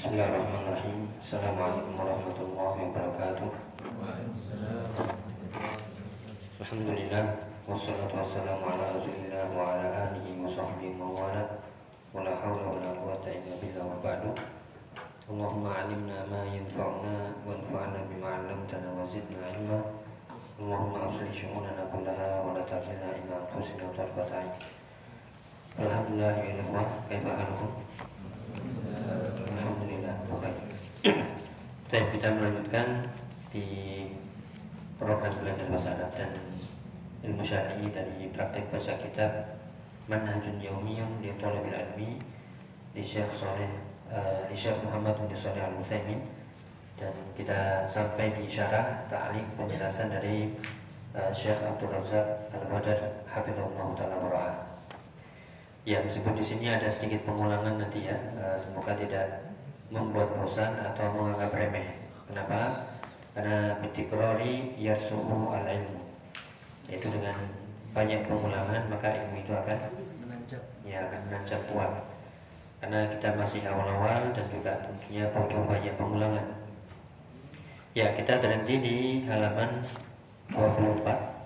Bismillahirrahmanirrahim. Assalamualaikum warahmatullahi wabarakatuh. Alhamdulillah, wassalatu wassalamu ala rasulillah wa ala alihi wa sahbihi wa wala wa la hawla wa la quwwata illa billah wa ba'du. Allahumma alimna ma yanfa'una wa anfa'na bima 'allamtana wa zidna ilma. Allahumma aslih syu'unana kullaha wa la tafilna ila anfusina tarfata 'ain. Alhamdulillah ya ikhwah, kaifa halukum? Alhamdulillah, baik. Kita melanjutkan di program belajar bahasa Arab dan ilmu syar'i dari praktek baca kitab Manhajun Yaumiyun li Thalabil Ilmi di Syekh Muhammad bin Shalih Al-Utsaimin, dan kita sampai di syarah ta'liq penjelasan dari Syekh Abdul Razak Al-Badar hafizahullah taala wa ra'ah. Ya, meskipun di sini ada sedikit pengulangan nanti ya, semoga tidak membuat bosan atau menganggap remeh. Kenapa? Karena bitikrori yarsuhu al-ilmu, yaitu dengan banyak pengulangan maka ilmu itu akan menancap kuat. Karena kita masih awal-awal dan juga tentunya butuh banyak pengulangan. Ya, kita berhenti di halaman 24.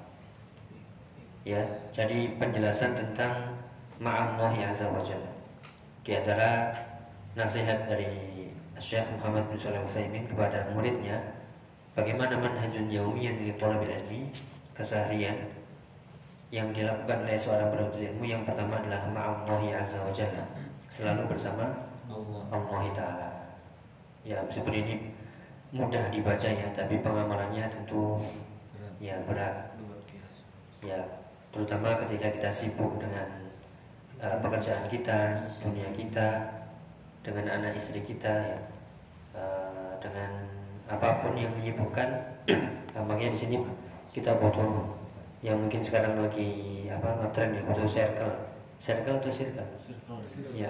Ya, jadi penjelasan tentang ma'allahi azza wa jalla. Di antara nasihat dari Syekh Muhammad bin Shalih Al-Utsaimin kepada muridnya, bagaimana manhajun yaumiyyan li thalabil ilmi, keseharian yang dilakukan oleh seorang penuntut ilmu. Yang pertama adalah ma'allahi azza wa jalla, selalu bersama Allah Ta'ala. Ya, meskipun ini mudah dibaca ya, tapi pengamalannya tentu ya berat. Ya, terutama ketika kita sibuk dengan pekerjaan kita, dunia kita, dengan anak istri kita ya, dengan apapun yang menyibukkan. Makanya di sini kita butuh yang mungkin sekarang lagi ngetren ya, butuh circle atau circle ya,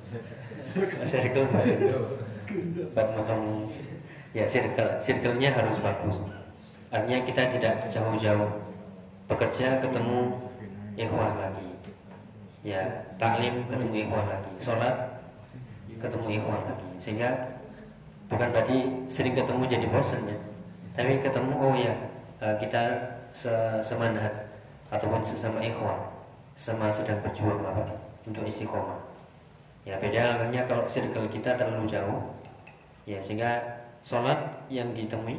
circle buat motong ya, circle-nya harus bagus. Artinya kita tidak jauh-jauh bekerja ketemu ikhwah lagi, ya taklim ketemu ikhwah lagi, sholat ketemu ikhwah lagi, sehingga bukan berarti sering ketemu jadi bosan ya, tapi ketemu kita semanhat ataupun sesama ikhwah, sama sedang berjuang untuk istiqomah. Ya, beda halnya kalau circle kita terlalu jauh ya, sehingga sholat yang ditemui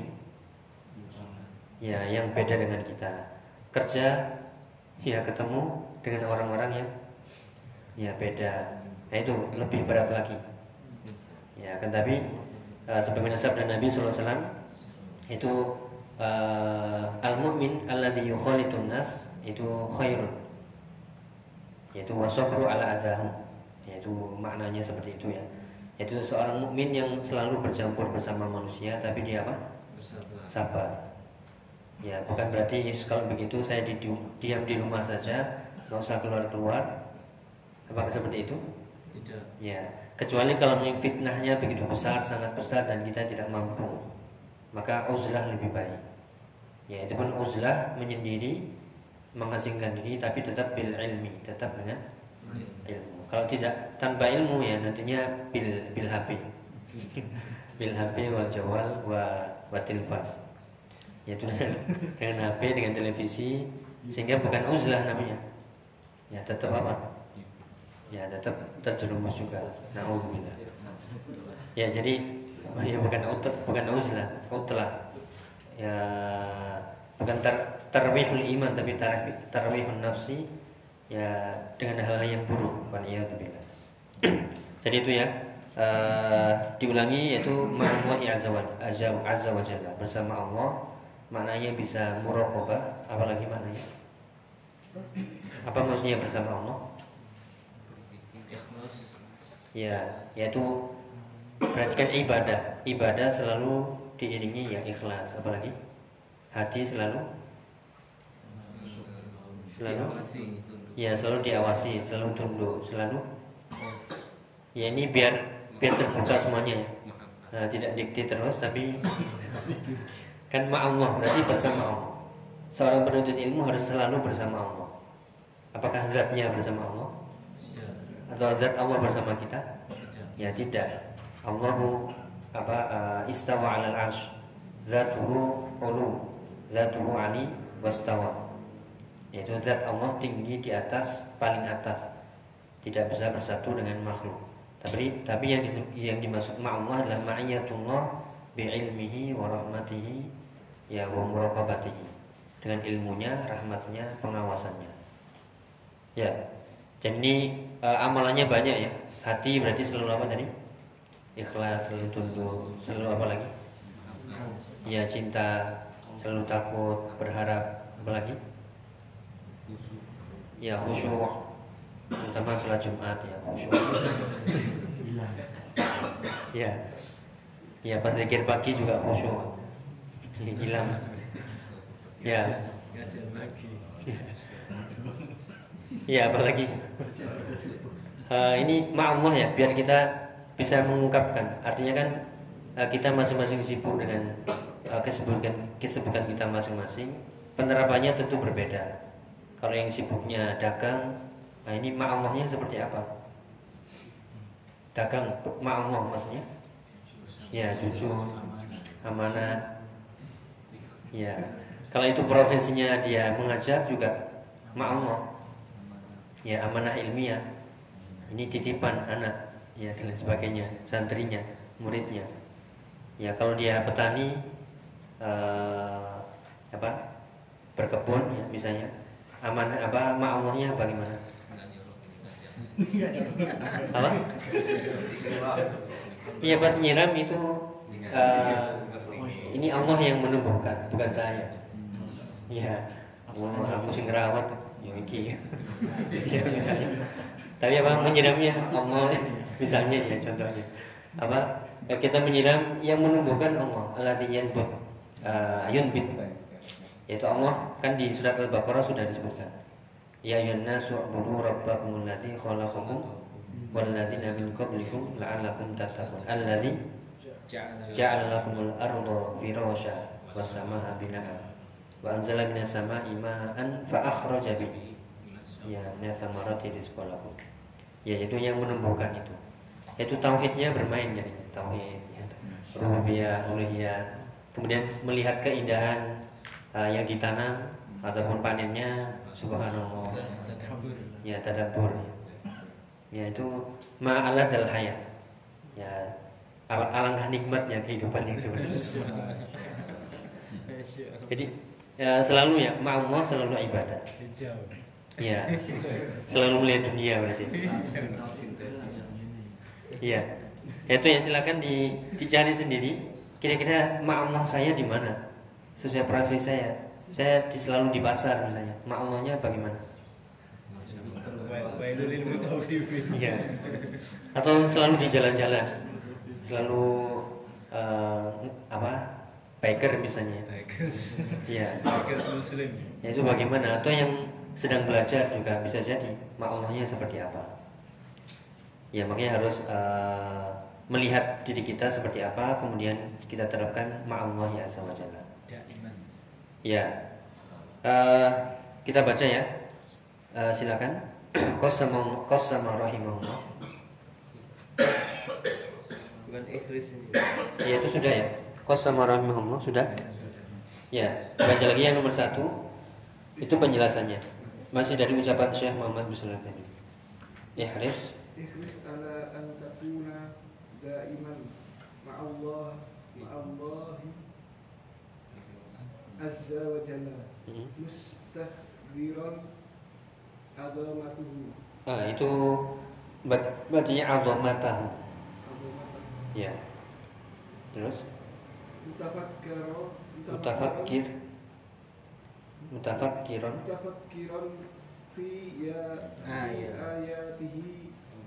ya yang beda dengan kita, kerja ya ketemu dengan orang-orang yang ya beda. Nah, itu lebih berat lagi. Ya, kan, tapi sebagaimana sabda Nabi sallallahu alaihi wasallam itu al-mu'min alladzi yukhalitun nas itu khairun, yaitu wasabru ala adahum, yaitu maknanya seperti itu ya. Yaitu seorang mukmin yang selalu bercampur bersama manusia, tapi dia sabar. Ya, bukan berarti kalau begitu saya diam di rumah saja, nggak usah keluar-keluar. Apakah seperti itu? Tidak. Ya, kecuali kalau fitnahnya begitu besar, sangat besar, dan kita tidak mampu, maka uzlah lebih baik. Ya, itu pun uzlah menyendiri, mengasingkan diri, tapi tetap bil ilmi, tetap dengan ilmu. Kalau tidak tanpa ilmu ya nantinya bil HP, bil HP wal jawal wa tilfas. Yaitu dengan HP, dengan televisi, sehingga bukan uzlah namanya. Ya, tetap ya tetap terjerumus juga. Na'udzubillah. Ya, jadi ya bukan utlah. Ya, bukan tarwihul iman, tapi tarwihun nafsi ya, dengan hal yang buruk. Waliyadzubillah. Jadi itu ya, diulangi, yaitu ma'allahi azza wa jalla, bersama Allah. Maknanya bisa muraqabah, apalagi maknanya apa maksudnya bersama Allah? Ya, yaitu perhatikan ibadah selalu diiringi yang ikhlas, apalagi hati selalu ya selalu diawasi, selalu tunduk, selalu ya, ini biar terbuka semuanya ya. Nah, tidak dikte terus, tapi kan ma'allah berarti bersama Allah. Seorang penuntut ilmu harus selalu bersama Allah. Apakah zatnya bersama Allah? Atau zat Allah bersama kita? Ya tidak. Allahu istawa 'alal 'arsy. Zatuhu 'ulu. Zatuhu 'ali wastawa. Yaitu zat Allah tinggi di atas, paling atas. Tidak bisa bersatu dengan makhluk. Tapi yang dimaksud ma'allah adalah ma'iyatullah bi'ilmihi wa rahmatihi ya wa muraqabatihi. Dengan ilmunya, rahmatnya, pengawasannya. Ya. Jadi amalannya banyak ya. Hati berarti selalu apa tadi? Ikhlas, selalu tunduk, selalu apa lagi? Ya, cinta, selalu takut, berharap, apa lagi? Ya, khusyuk. Terutama sholat Jumat ya, khusyuk. Ya. Ya, pas zikir pagi juga khusyuk. Hilang. Ya. Ya, apalagi ini ma'allah ya, biar kita bisa mengungkapkan. Artinya kan kita masing-masing sibuk dengan kesibukan kita masing-masing. Penerapannya tentu berbeda. Kalau yang sibuknya dagang, nah ini ma'allahnya seperti apa? Dagang, ma'allah maksudnya? Ya, jujur, amanah. Ya, kalau itu profesinya dia mengajar juga ma'allah. Ya, amanah ilmiah. Ini titipan anak, ya dan lain sebagainya, santrinya, muridnya. Ya, kalau dia petani, berkebun ya misalnya, amanah ma'allahnya bagaimana? Apa? Iya, pas nyiram itu ini Allah yang menumbuhkan, bukan saya. Ya, aku sing ngerawat yang iki. Ya misalnya. Tapi menyiramnya Allah misalnya ya contohnya. Kita menyiram yang menumbuhkan Allah, alladzi yanbut yunbit. Yaitu Allah kan di surat Al-Baqarah sudah disebutkan. Ya ayyuhannasu u'budu rabbakumul ladzi khalaqakum wal ladzina min qablikum la'allakum tattaqun. Alladzi ja'ala lakumul arda firasya was samaa'a binaa'a wa anzala minas samaa'i ma'an fa akhraja bihi ya minas samarati rizqan lakum. Yaitu yang menumbuhkan itu. Itu tauhidnya bermain jadi tauhid ya. Rububiyah, uluhiyah. Kemudian melihat keindahan yang ditanam ataupun panennya, subhanallah. Ya, tadabbur. Ya, itu ma'alat dal hayat. Ya, alangkah nikmatnya kehidupan yang sebenarnya. Jadi selalu ya ma'allah selalu ibadah. Ya, selalu melihat dunia berarti. Ya, itu ya silakan dicari sendiri. Kira-kira ma'allah saya di mana? Sesuai profesi saya. Saya selalu di pasar misalnya. Ma'allahnya bagaimana? Ya. Atau selalu di jalan-jalan. Selalu biker misalnya. Iya. Ya itu bagaimana? Atau yang sedang belajar juga bisa jadi ma'allahnya seperti apa? Ya makanya harus melihat diri kita seperti apa, kemudian kita terapkan ma'allah ya azza wa jalla. Ya, kita baca ya. Silakan. Qassama rahimahullah. Bukan ikhlas ini. Ya itu sudah ya. Qassama rahimahullah sudah. Ya, baca lagi yang nomor 1. Itu penjelasannya. Masih dari ucapan Syekh Muhammad bin Shalih tadi. Ihris ala an takuna daiman ma'allahi azza wa jalla mustahdiran azamatuhu. Itu bacanya azamatahu. Ya. Terus mutafakkiran fi ayatihi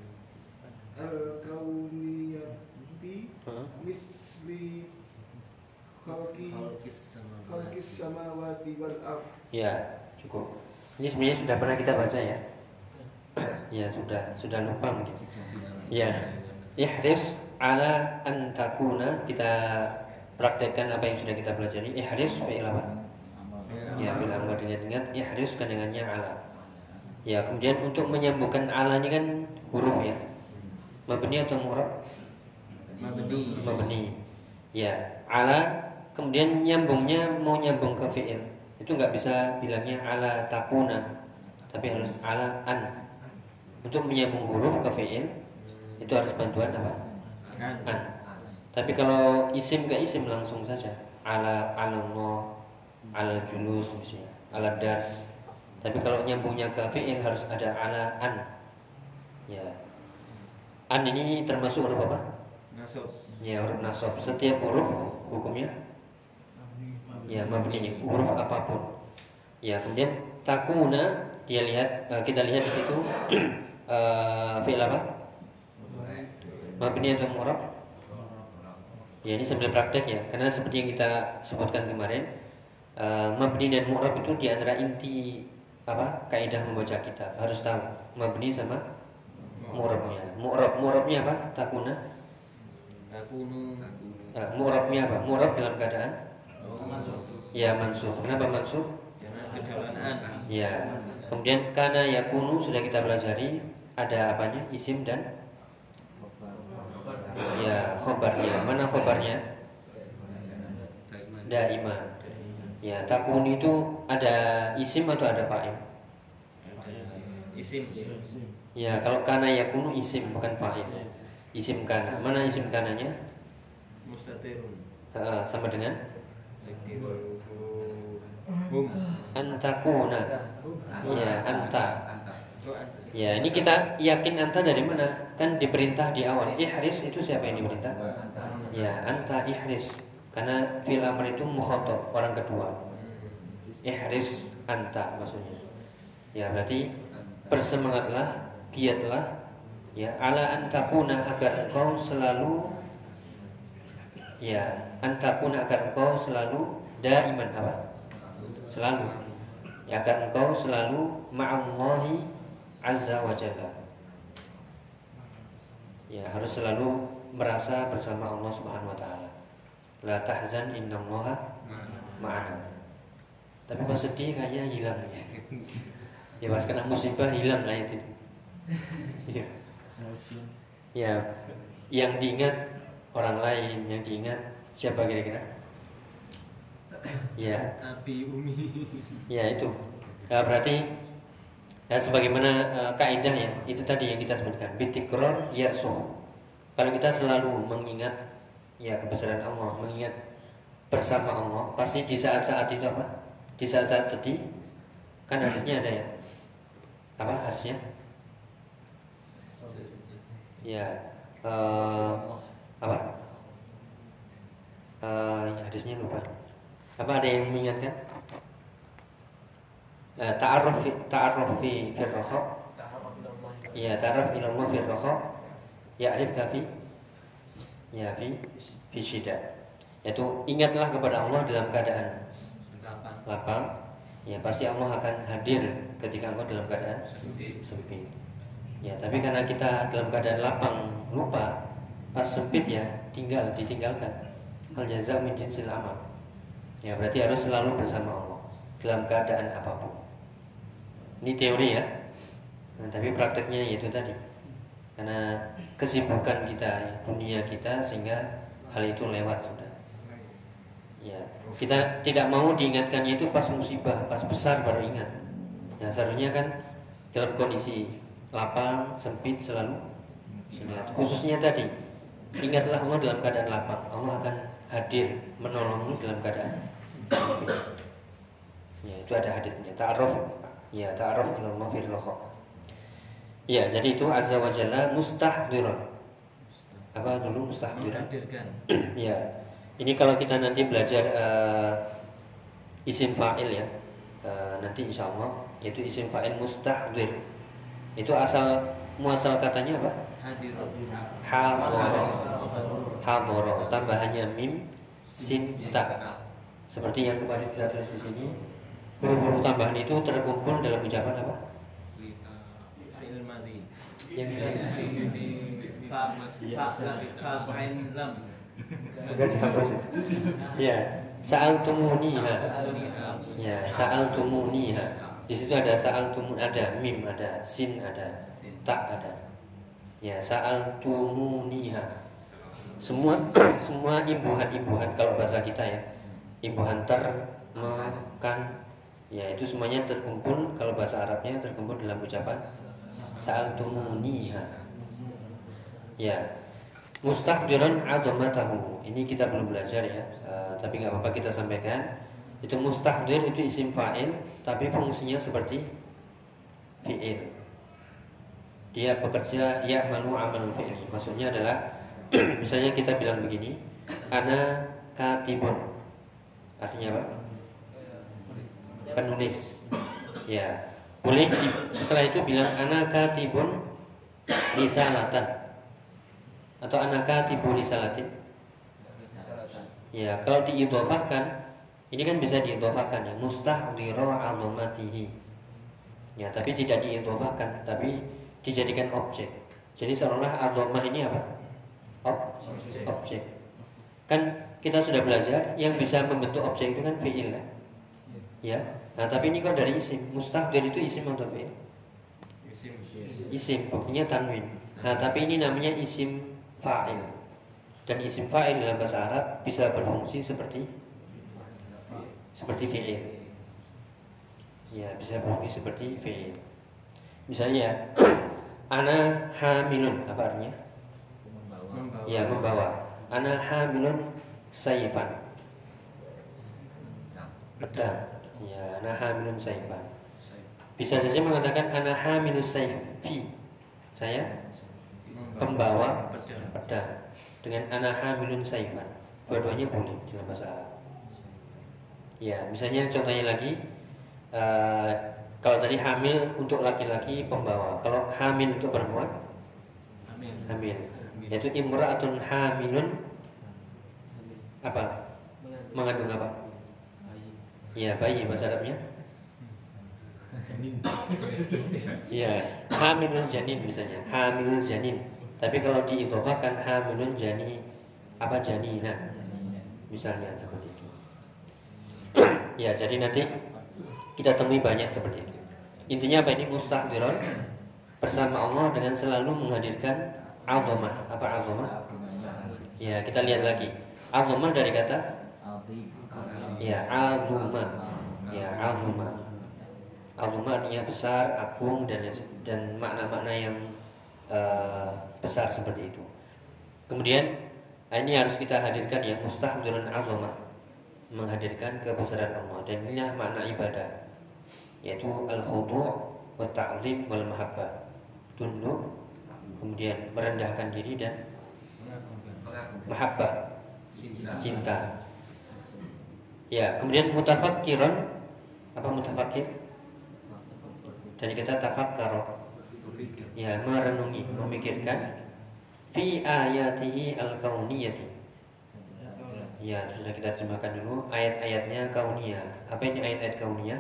al-kauniyati misli khalqis samawati wal ardh. Ya, cukup. Ini sebenarnya sudah pernah kita baca ya. Ya, sudah lupa mungkin. Ya. Ihris ala an takuna, kita praktekkan apa yang sudah kita pelajari. Ihris fi'il apa? Ya, fi'il amr dengan ihris kan dengannya ala. Ya, kemudian untuk menyambungkan ala ini kan huruf ya. Mabni atau mu'rab? mabni. Ya, ala kemudian nyambungnya mau nyambung ke fi'il. Itu enggak bisa bilangnya ala takuna, tapi harus ala an. Untuk menyambung huruf ke fi'il itu harus bantuan apa? An. Tapi kalau isim ke isim langsung saja. Ala Allah, ala julus misalnya, ala dars. Tapi kalau nyambungnya ke fi'il harus ada ala an. Ya. An ini termasuk huruf apa? Nasab. Ya, huruf nasab. Setiap huruf hukumnya ya mabni, huruf apapun. Ya, kemudian takuna kita lihat di situ fi'il apa? Mabni atau mu'rab? Ya, ini sambil praktek ya. Karena seperti yang kita sebutkan kemarin, mabni dan mu'rab itu di antara inti apa? Kaidah membaca kitab. Harus tahu mabni sama mu'rabnya. Mu'rabnya apa? Takuna. Mu'rabnya apa? Mu'rab dalam keadaan ya mansub. Kenapa mansub? Karena kedalangan. Ya. Kemudian kana yakunu sudah kita pelajari, ada apanya? Isim dan ya khobarnya. Mana khobarnya? Daiman. Ya, takun itu ada isim atau ada fa'il? Isim. Ya, kalau kana yakunu isim bukan fa'il. Isim kana. Mana isim kananya? Mustatirun. Sama dengan Hum. antakuna. Ya, anta. Ya, ini kita yakin anta dari mana? Kan diperintah di awal. Ihris itu siapa yang diperintah? Ya, anta ihris. Karena fil amr itu mukhatab, orang kedua. Ihris anta maksudnya. Ya, berarti bersemangatlah, giatlah ya ala antakuna agar engkau selalu ya antakuna agar engkau selalu daiman apa? Selalu. Ya, agar engkau selalu ma'allahi azza wa jalla. Ya, harus selalu merasa bersama Allah Subhanahu wa taala. La tahzan innallaha ma'ana. Tapi pas sedih kayaknya hilang ya. Ya pas kena musibah hilang ayat itu. Ya. Ya, yang diingat orang lain, yang diingat siapa kira-kira? Ya, Abi Umi. ya itu. Ya, berarti ya, sebagaimana kaidah ya, itu tadi yang kita sebutkan. Bitikror yarsuh. Kalau kita selalu mengingat ya kebesaran Allah, mengingat bersama Allah, pasti di saat-saat itu apa? Di saat-saat sedih, kan hadisnya ada ya. Apa hadisnya? Ya, apa? Hadisnya lupa. Apa ada yang mengingatkan? Ta'arruf fi raha. Ya, ta'arruf ila Allah fi raha. Ya'rifka fi ya fi syiddah. Yaitu ingatlah kepada Allah dalam keadaan lapang. Ya, pasti Allah akan hadir ketika engkau dalam keadaan sempit. Ya, tapi karena kita dalam keadaan lapang lupa, pas sempit ya ditinggalkan. Al jazaa min jinsil amal. Ya, berarti harus selalu bersama Allah dalam keadaan apapun. Ini teori ya. Nah, tapi prakteknya yaitu tadi. Karena kesibukan kita, ya, dunia kita sehingga hal itu lewat sudah. Ya, kita tidak mau diingatkannya itu pas musibah, pas besar baru ingat. Ya, seharusnya kan dalam kondisi lapang, sempit selalu ingat. Khususnya tadi, ingatlah Allah dalam keadaan lapang. Allah akan hadir menolongmu dalam keadaan sempit. Ya, itu ada hadisnya. Ta'aruf, ya ta'aruf ila Allah fil raha. Ya, jadi itu azza wa jalla mustahdirun. Apa dulu mustahdirun? Ya. Ini kalau kita nanti belajar isim fa'il ya. Nanti insyaallah yaitu isim fa'il mustahdir. Itu muasal katanya apa? Hadara. Tambahannya mim sin ta. Seperti yang kemarin kita tulis di sini. Huruf-huruf tambahan itu terkumpul dalam ucapan apa? Yang ya, sa'altumuniha. Ya, sa'altumuniha. Di situ ada sa'altumun, ada mim, ada sin, ada ta, ada. Ya, sa'altumuniha. Semua semua imbuhan-imbuhan kalau bahasa kita ya, imbuhan makan, ya itu semuanya terkumpul, kalau bahasa Arabnya terkumpul dalam ucapan sa'altumuniha. Ya, mustahdiran adhamatahu. Ini kita belum belajar ya, tapi nggak apa-apa kita sampaikan. Itu mustahdir itu isim fa'il, tapi fungsinya seperti fi'il. Dia bekerja ya'malu amal fi'li. Maksudnya adalah misalnya kita bilang begini, ana katibun. Artinya apa? Penulis. Ya, boleh setelah itu bilang ana katibun risalatan atau ana katibu risalatin. Ya, kalau diidhofahkan, ini kan bisa diidhofahkan ya, mustahdhiru 'azamatihi. Ya, tapi tidak diidhofahkan, tapi dijadikan objek. Jadi seolah 'azamah ini apa? Objek. Kan kita sudah belajar yang bisa membentuk objek itu kan fi'il kan? Ya. Nah, tapi ini kok dari isim. Mustahdir itu isim atau fi'il? Isim, buktinya tanwin. Nah, tapi ini namanya isim fa'il. Dan isim fa'il dalam bahasa Arab bisa berfungsi seperti fi'il. Ya, bisa berfungsi seperti fi'il. Misalnya ana hamilun, apa artinya? Ya, membawa. Ana hamilun saifan, pedang. Ya, ana hamilun saifan. Bisa saja mengatakan ana hamilus saifi, saya pembawa pedang. Dengan ana hamilun saifan, dua-duanya boleh dalam bahasa Arab. Ya, misalnya contohnya lagi, kalau tadi hamil untuk laki-laki pembawa, kalau hamil untuk perempuan hamil. Yaitu imra'atun hamilun apa? Mengandung apa? Ya, bayi bahasa Arabnya. Ya, hamilun janin misalnya, hamilun janin. Tapi kalau diidhofahkan hamilun jani apa janinan. Misalnya seperti itu. Ya, jadi nanti kita temui banyak seperti itu. Intinya apa ini? Mustahdiron bersama Allah dengan selalu menghadirkan azamah. Apa azamah? Ya, kita lihat lagi. Azamah dari kata ya, azuma. Ya, azuma. Azuma artinya besar, agung dan makna-makna yang besar seperti itu. Kemudian ini harus kita hadirkan ya, mustahdirun azamah, menghadirkan kebesaran Allah, dan inilah makna ibadah, yaitu al-khudu' wa ta'zim wal mahabbah, tunduk, kemudian merendahkan diri dan mahabbah, cinta. Ya, kemudian mutafakkiran, apa mutafakkir? Dari kata tafakkara. Ya, merenungi, memikirkan fi ayatihi al-kauniyati. Ya, sudah kita terjemahkan dulu ayat-ayatnya kauniyah. Apa ini ayat-ayat kauniyah?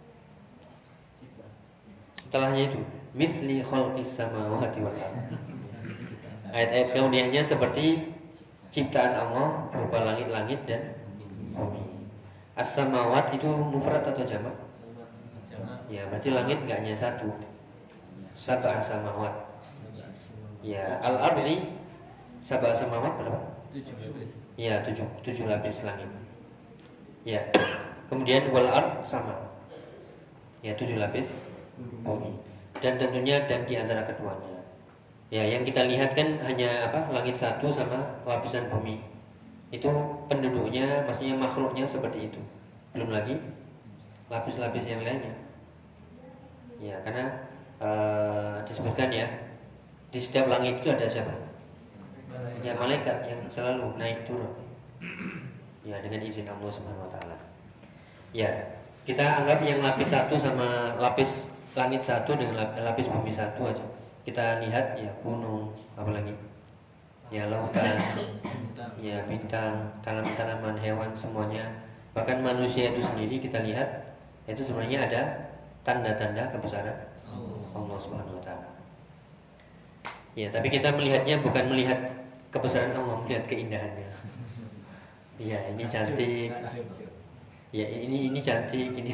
Setelahnya itu mithli khalqis samawati wal ardh. Ayat-ayat kauniyahnya seperti ciptaan Allah berupa langit-langit dan bumi. As-samawat itu mufrad atau jamak? Ya, berarti langit enggak hanya satu. Sab'a samawat. Ya, al-ardi sab'a samawat berapa? 7 lapis. Ya, 7 lapis langit. Ya. Kemudian wal ard sama. Ya, 7 lapis bumi. Dan tentunya dan di antara keduanya. Ya, yang kita lihat kan hanya apa? Langit satu sama lapisan bumi. Itu penduduknya, maksudnya makhluknya seperti itu. Belum lagi lapis-lapis yang lainnya. Ya, karena disebutkan ya, di setiap langit itu ada siapa? Ya, malaikat yang selalu naik turun. Ya, dengan izin Allah Subhanahu wa taala. Ya, kita anggap yang lapis satu sama lapis langit satu dengan lapis bumi satu aja. Kita lihat ya gunung, apalagi ya lautan, ya bintang, tanaman-tanaman, hewan semuanya, bahkan manusia itu sendiri kita lihat itu sebenarnya ada tanda-tanda kebesaran Allah Subhanahu wa taala. Ya, tapi kita melihatnya bukan melihat kebesaran Allah, melihat keindahannya. Ya, ini cantik. Ya, ini cantik ini.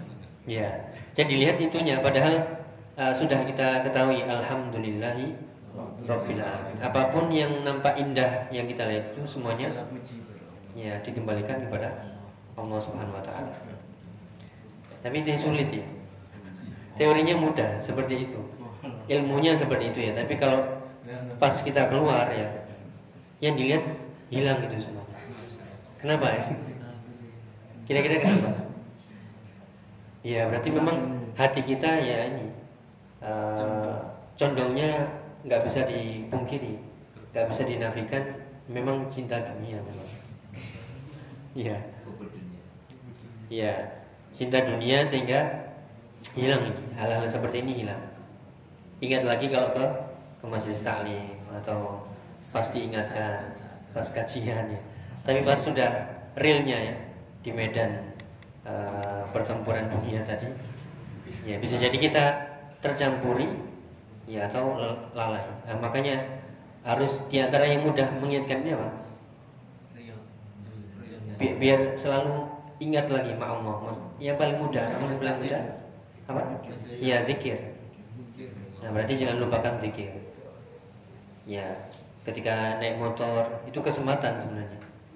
Ya, jadi lihat itunya, padahal sudah kita ketahui alhamdulillahi Rabbil alamin. Apapun yang nampak indah yang kita lihat itu semuanya Segala puji bagi ya dikembalikan kepada Allah Subhanahu wa taala. Tapi itu yang sulit ya. Teorinya mudah seperti itu. Ilmunya seperti itu ya, tapi kalau pas kita keluar ya yang dilihat hilang itu semua. Kenapa ya? Kira-kira kenapa? Ya berarti memang hati kita ya ini condongnya nggak bisa dipungkiri, nggak bisa dinafikan, memang cinta dunia memang. Iya. Iya, cinta dunia sehingga hilang ini, hal-hal seperti ini hilang. Ingat lagi kalau ke majelis taklim atau pas diingatkan pas kajian ya. Tapi pas sudah realnya ya di medan pertempuran dunia tadi, ya bisa jadi kita tercampuri ya atau lalai. Nah, makanya harus diantara yang mudah mengingatkan ini apa? Biar selalu ingat lagi ma Allah. Yang paling mudah, yang paling mudah apa? Ya zikir. Nah berarti jangan lupakan zikir. Ya ketika naik motor itu kesempatan sebenarnya.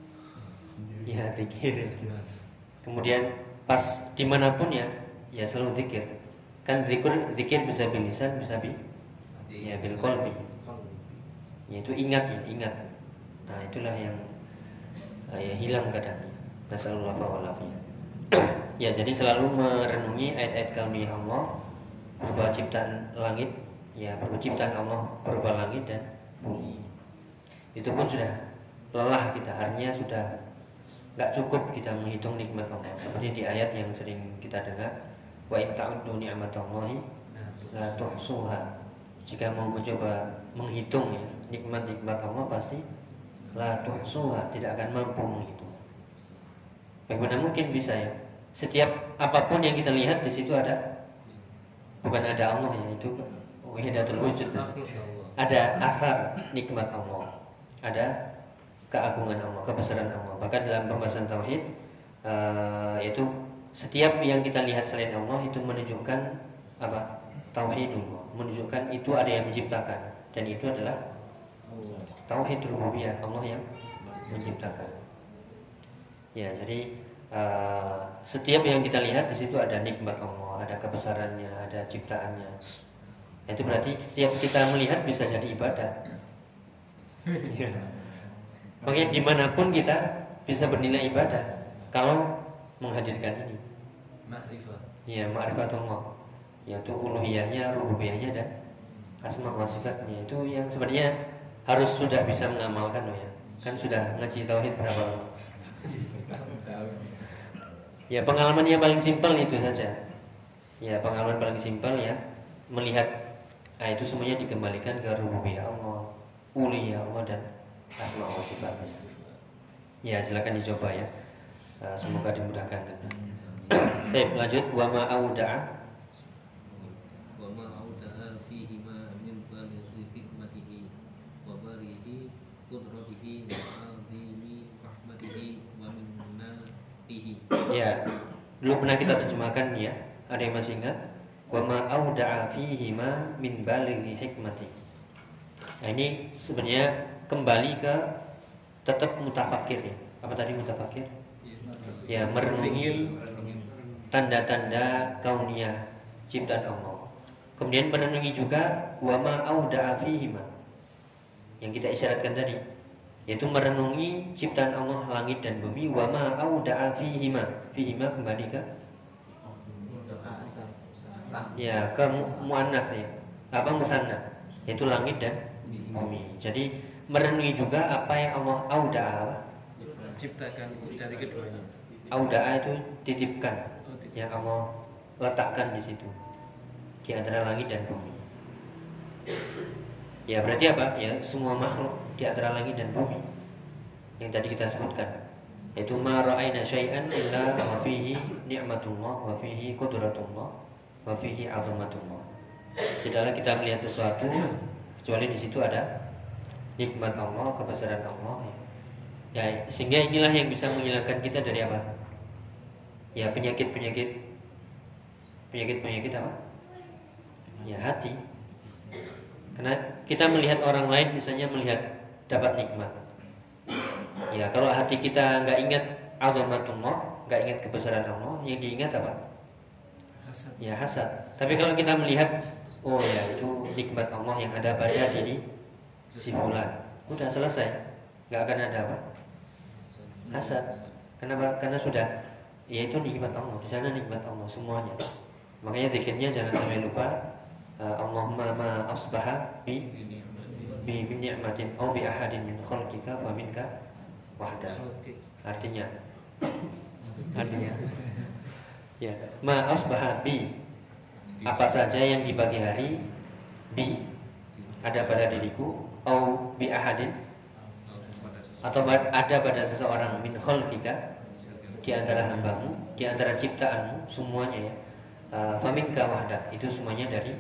Ya zikir. Kemudian pas dimanapun ya, ya selalu zikir. Kan zikir bisa bil lisan, bisa ya bil qalbi. Yaitu ingat ya, ingat. Nah itulah yang ya, hilang kadang. Nasallallahu alaihi wasallam. Ya jadi selalu merenungi ayat-ayat kauniyah Allah berupa ciptaan langit, ya berupa ciptaan Allah berupa langit dan bumi. Itu pun sudah lelah kita, artinya sudah nggak cukup kita menghitung nikmat Allah. Seperti di ayat yang sering kita dengar, wa in ta'uddu ni'matallahi la tuhsuha. Jika mau mencoba menghitung ya nikmat-nikmat Allah pasti la tuhsuha, tidak akan mampu menghitung. Bagaimana mungkin bisa ya? Setiap apapun yang kita lihat di situ ada, bukan ada Allah ya, itu wahidatul wujud. Ada asar nikmat Allah, ada keagungan Allah, kebesaran Allah. Bahkan dalam pembahasan tauhid yaitu setiap yang kita lihat selain Allah itu menunjukkan apa? Tauhidullah, menunjukkan itu ada yang menciptakan, dan itu adalah tauhid rububiyah, Allah yang menciptakan. Ya, jadi setiap yang kita lihat di situ ada nikmat Allah, ada kebesarannya, ada ciptaannya. Itu berarti setiap kita melihat bisa jadi ibadah. Ya. Makanya dimanapun kita bisa bernilai ibadah kalau menghadirkan ini. Ma'rifah. Ya, ma'rifatullah, yaitu uluhiyahnya, rububiyahnya dan asma wa sifatnya. Itu yang sebenarnya harus sudah bisa mengamalkan loh ya. Kan sudah ngaji tauhid berapa lama? Ya pengalaman yang paling simpel itu saja. Ya pengalaman paling simpel ya melihat itu semuanya dikembalikan ke rububiyah Allah, uluhiyah Allah dan asma wa sifatnya. Ya silakan dicoba ya. Semoga dimudahkan. Baik lanjut wa ma auda'a wa ma auda'a fihi ma min balighi hikmatihi wa barihi qudratihi wa azimi rahmatihi wa minnatihi. Ya, dulu pernah kita terjemahkan ya. Ada yang masih ingat? Wa ma auda'a fihi ma min balighi hikmati. Nah, ini sebenarnya kembali ke tetap mutafakir ya. Apa tadi mutafakir? Ya, merenungi tanda-tanda kauniyah ciptaan Allah. Kemudian merenungi juga wa ma auda'a fihi ma, yang kita isyaratkan tadi, yaitu merenungi ciptaan Allah langit dan bumi. Wa ma auda'a fihi ma, fihi ma kembali ke ya ke muannats ya, apa musanna, yaitu langit dan bumi. Jadi merenungi juga apa yang Allah auda'a, apa? Ciptakan dari keduanya. Auda'a itu titipkan, yang Allah letakkan di situ di antara langit dan bumi. Ya berarti apa? Ya semua makhluk di antara langit dan bumi yang tadi kita sebutkan, yaitu ma ra'ayna syai'an illa wa fihi ni'matullah wa fihi qudratullah wa fihi 'azamatullah. Tidaklah kita melihat sesuatu kecuali di situ ada nikmat Allah, kebesaran Allah ya. Ya sehingga inilah yang bisa menghilangkan kita dari apa? Ya penyakit apa? Ya hati. Karena kita melihat orang lain misalnya melihat dapat nikmat. Ya, kalau hati kita nggak ingat azamatullah, nggak ingat kebesaran Allah, yang diingat apa? Hasad. Ya hasad. Tapi kalau kita melihat, oh ya itu nikmat Allah yang ada pada diri si fulan, udah selesai, nggak akan ada apa? Hasad. Kenapa? Karena sudah, ya itu nikmat Allah, di sana nikmat Allah semuanya. Makanya zikirnya jangan sampai lupa. Allahumma ma asbaha bi ni'matin aw bi ahadin min khalqika fa minka wahda. Artinya ya, ma asbaha bi, apa saja yang di pagi hari, bi ada pada diriku, aw bi ahadin atau ada pada seseorang, min khalqika di antara hambamu, di antara ciptaanmu semuanya ya. Faminka wahda, itu semuanya dari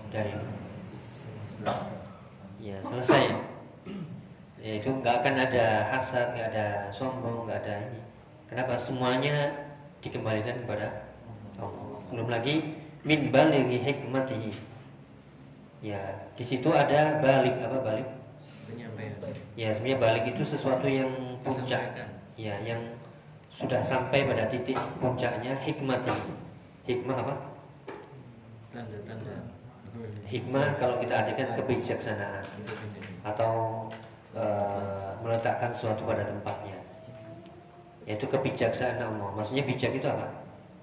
ya selesai. Ya itu nggak akan ada hasad, nggak ada sombong, nggak ada ini. Kenapa? Semuanya dikembalikan kepada Allah. Belum lagi min balighi hikmatihi. Ya di situ ada balik, apa balik? Penyampaian. Ya sebenarnya balik itu sesuatu yang puncak. Disampaikan. Ya yang sudah sampai pada titik puncaknya. Hikmati. Hikmah apa? Tanda-tanda. Hikmah kalau kita artikan kebijaksanaan atau meletakkan sesuatu pada tempatnya, yaitu kebijaksanaan Allah. Maksudnya bijak itu apa?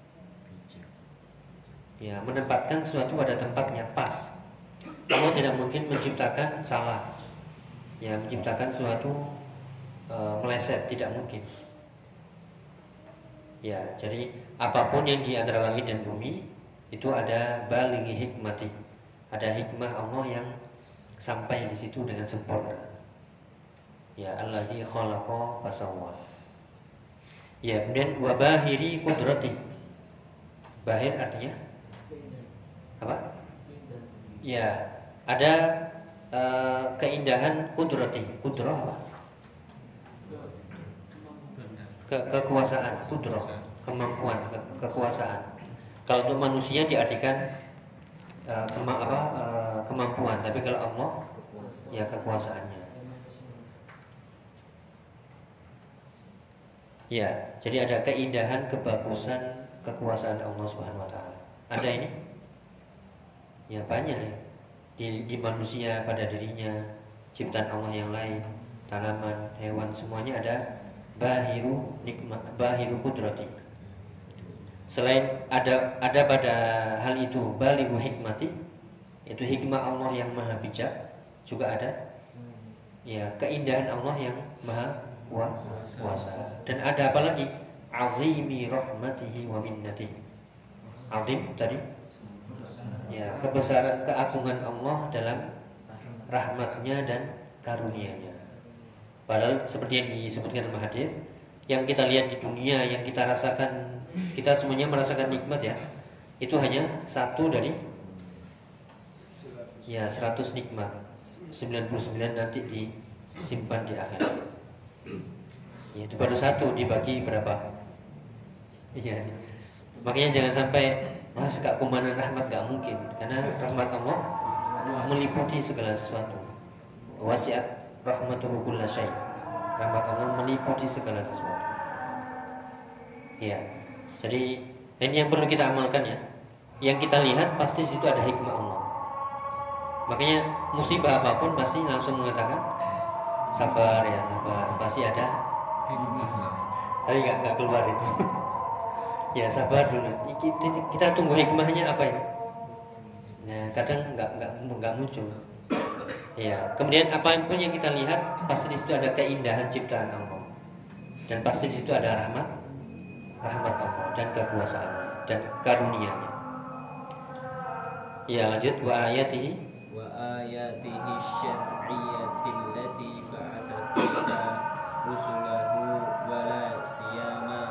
Ya menempatkan sesuatu pada tempatnya pas. Allah tidak mungkin menciptakan salah, ya menciptakan sesuatu meleset, tidak mungkin. Ya jadi apapun yang di antara langit dan bumi itu ada balighi hikmati, ada hikmah Allah yang sampai di situ dengan sempurna. Ya alladzi khalaqa fasawwa. Ya kemudian wa bahiri qudrati. Bahir artinya apa? Ya ada keindahan kudrati. Kudrah apa? Kekuasaan, kudrah, kemampuan, kekuasaan. Kalau untuk manusia diartikan kemampuan, tapi kalau Allah ya kekuasaannya. Ya, jadi ada keindahan, kebagusan, kekuasaan Allah Subhanahu wa taala. Ada ini? Ya banyak ya. Di manusia pada dirinya, ciptaan Allah yang lain, tanaman, hewan semuanya ada bahiru nikmat, bahiru kudrati. Selain ada pada hal itu balighu hikmati, itu hikmah Allah yang maha bijak, juga ada ya keindahan Allah yang maha kuasa. Dan ada apa lagi? Azimi rahmatihi wa minnatihi. Azim tadi ya kebesaran, keagungan Allah dalam rahmatnya dan karunia-Nya. Padahal seperti yang disebutkan dalam hadis, yang kita lihat di dunia, yang kita rasakan, kita semuanya merasakan nikmat ya, itu hanya satu dari ya 100 nikmat. 99 nanti disimpan di akhirat. Ya, itu baru satu dibagi berapa? Iya. Makanya jangan sampai kekumanan rahmat, gak mungkin, karena rahmat Allah meliputi segala sesuatu. Wasi'at rahmatuhu kulla syai'. Rahmat Allah meliputi segala sesuatu. Ya. Jadi ini yang perlu kita amalkan ya. Yang kita lihat pasti situ ada hikmah Allah. Makanya musibah apapun pasti langsung mengatakan sabar ya, sabar. Pasti ada hikmah. Tapi nggak keluar itu. Ya sabar dulu. Kita tunggu hikmahnya apa ini. Nah kadang nggak muncul. Ya. Kemudian apapun yang kita lihat pasti di situ ada keindahan ciptaan Allah. Dan pasti di situ ada rahmat Allah dan kekuasaannya dan karunia-Nya. Ya lanjut wa ayatihi syar'iyyatil lati ba'atha fiha rusulahu wa la siyama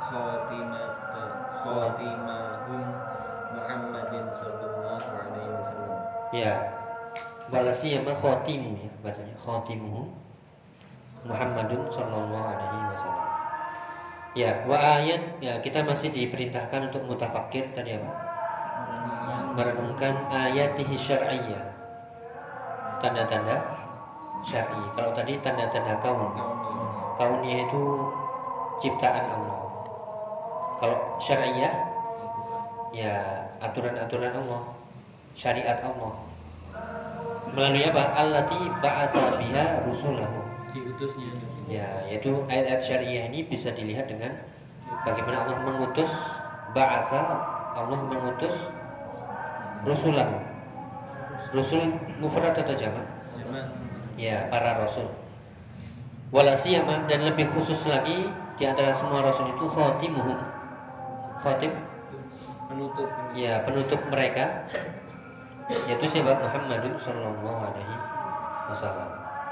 khatimahum Muhammadin sallallahu alaihi wasallam. Ya. Wala siyama khatimu ya bacanya, khatimuhum Muhammadun sallallahu alaihi wasallam. Ya, wa ayat ya kita masih diperintahkan untuk mutafakir tadi apa? Merenungkan ayatihi syar'iyyah. tanda-tanda syar'i. Kalau tadi tanda-tanda kaun. Kaunnya itu ciptaan Allah. Kalau syariah ya aturan-aturan Allah, syariat Allah. Melalui apa? Allati ba'atsa biha rusulahu. Diutusnya. Ya, yaitu ayat-ayat syariah ini bisa dilihat dengan bagaimana Allah mengutus ba'atsa, Allah mengutus rusulahu. Rusul mufrad atau jamak? Jamak. Ya, para rasul. Wala siyama, dan lebih khusus lagi di antara semua rasul itu khatimuhum. Khatim, Penutup. ya penutup mereka, yaitu siapa? Muhammadun sallallahu alaihi wasallam.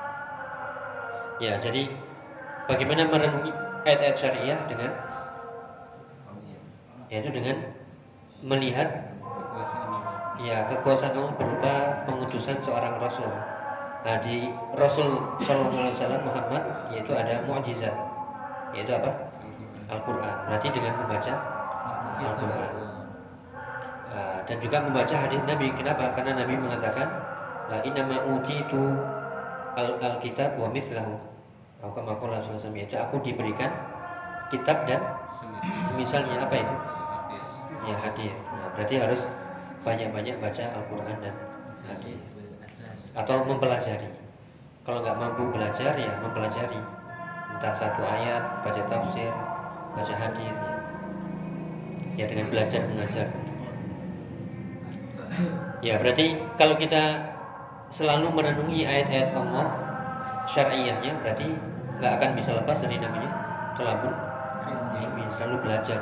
Ya, jadi bagaimana merenungi ayat-ayat syariah dengan yaitu dengan melihat ya kekuasaan Allah berupa pengutusan seorang rasul. Nah, di Rasul sallallahu alaihi wasallam Muhammad yaitu ada mukjizat, yaitu apa? Al-Qur'an. Berarti dengan membaca Al-Qur'an. Dan juga membaca hadis Nabi. Kenapa? Karena Nabi mengatakan innama utitu al-kitab wa mithlahu. Atau kama qala sallallahu alaihi wasallam, yaitu aku diberikan kitab dan semisalnya. Apa itu? Ya, hadis. Nah, berarti harus banyak-banyak baca Al-Qur'an dan hadis. Atau mempelajari. Kalau nggak mampu belajar ya mempelajari, entah satu ayat, baca tafsir, baca hadis ya dengan belajar mengajar. Ya, berarti kalau kita selalu merenungi ayat-ayat Allah syariahnya, berarti nggak akan bisa lepas dari namanya thalabul ilmi, selalu belajar.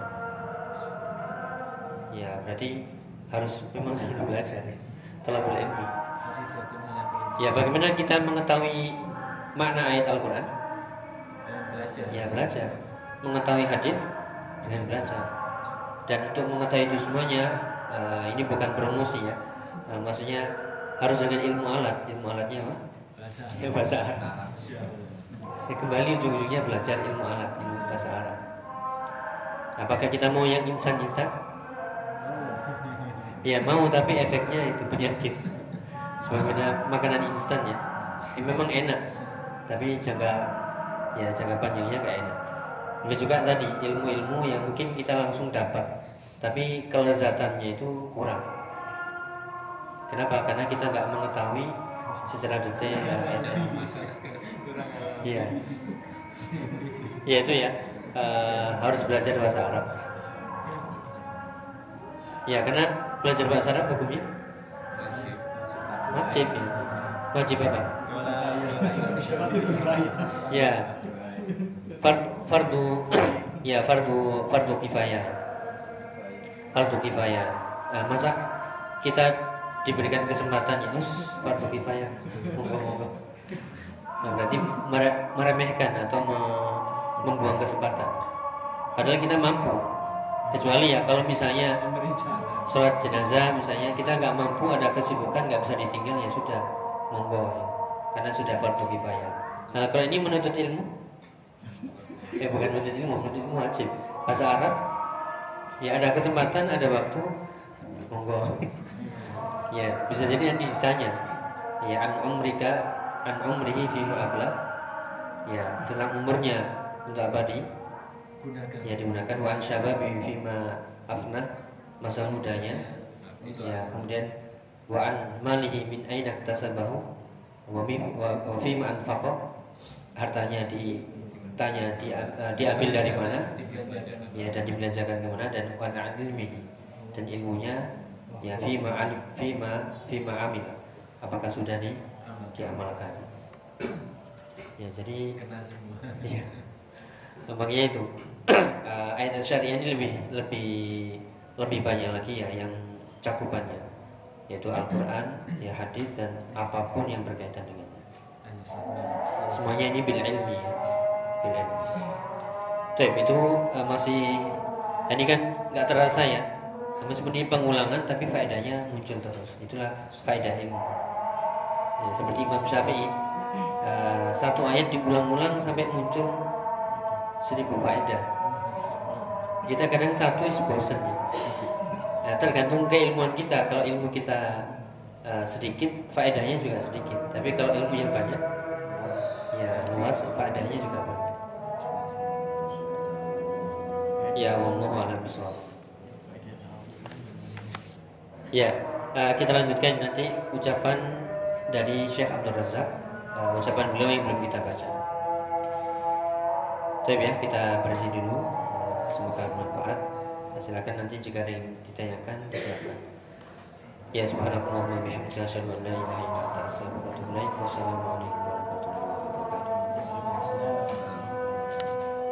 Ya, berarti harus memang selalu belajar ya, thalabul ilmi. Ya, bagaimana kita mengetahui makna ayat Al-Quran? Belajar. Ya, belajar. Mengetahui hadis dengan belajar. Dan untuk mengetahui itu semuanya, ini bukan promosi ya. Maksudnya harus dengan ilmu alat. Ilmu alatnya apa? Bahasa. Ya, bahasa Arab. Ya, kembali ujung-ujungnya belajar ilmu alat, ilmu bahasa Arab. Apakah kita mau yang instan-instan? Ya mau, tapi efeknya itu penyakit. Sebagaimana makanan instan ya, ini memang enak, tapi jangka panjangnya gak enak. Lalu juga tadi ilmu-ilmu yang mungkin kita langsung dapat, tapi kelezatannya itu kurang. Kenapa? Karena kita nggak mengetahui secara detail. Iya, ya itu ya, harus belajar bahasa Arab. Ya, karena belajar bahasa Arab hukumnya wajib ya. Wajib apa? Ya, fardu ya fardu kifayah. Fardu kifayah. Masa kita diberikan kesempatan ya, fardu kifayah. Monggo-monggo. Nah, berarti meremehkan atau membuang kesempatan. Padahal kita mampu. Kecuali ya kalau misalnya sholat jenazah misalnya kita nggak mampu, ada kesibukan nggak bisa ditinggal, ya sudah monggo ya. Karena sudah fardu kifayah. Nah, kalau ini menuntut ilmu, bukan menuntut ilmu wajib. Bahasa Arab ya ada kesempatan, ada waktu, monggo. Ya bisa jadi nanti ditanya ya an umrihi fi ma'abla, ya tentang umurnya untuk abadi ya digunakan, wa an syababi fi ma afna, masa mudanya ya, kemudian wa an malihi min aina iktasabahu wa fi ma anfaqa, hartanya ditanya diambil dari mana ya dan dibelanjakan kemana, dan wa an ilmihi, dan ilmunya ya fi ma amil, apakah sudah diamalkan. Ya jadi Kena semua. ya makanya itu ayat syariah ini lebih banyak lagi ya yang cakupannya, yaitu Al-Quran, ya hadis, dan apapun yang berkaitan dengannya. Semuanya ini bil ilmi ya, bil ilmi. Tuh, itu masih ini kan nggak terasa ya, meskipun ini pengulangan tapi faedahnya muncul terus. Itulah faedah ilmu. Ya, seperti Imam Syafi'i, satu ayat diulang-ulang sampai muncul 1000 faedah. Kita kadang satu bosan ya. Tergantung keilmuan kita. Kalau ilmu kita sedikit, faedahnya juga sedikit. Tapi kalau ilmunya banyak, ya luas, faedahnya juga banyak. Ya, wallahu a'lam bishawab. Ya, kita lanjutkan nanti ucapan dari Syekh Abdul Razak, ucapan beliau yang belum kita baca. Baik ya, kita berhenti dulu. Semoga bermanfaat. Silakan nanti jika ada yang ditanyakan, silakan. Ya, subhanakallahumma bihamdika asyhadu an la ilaha illa anta astaghfiruka wa atubu ilaik. Wassalamualaikum warahmatullahi wabarakatuh.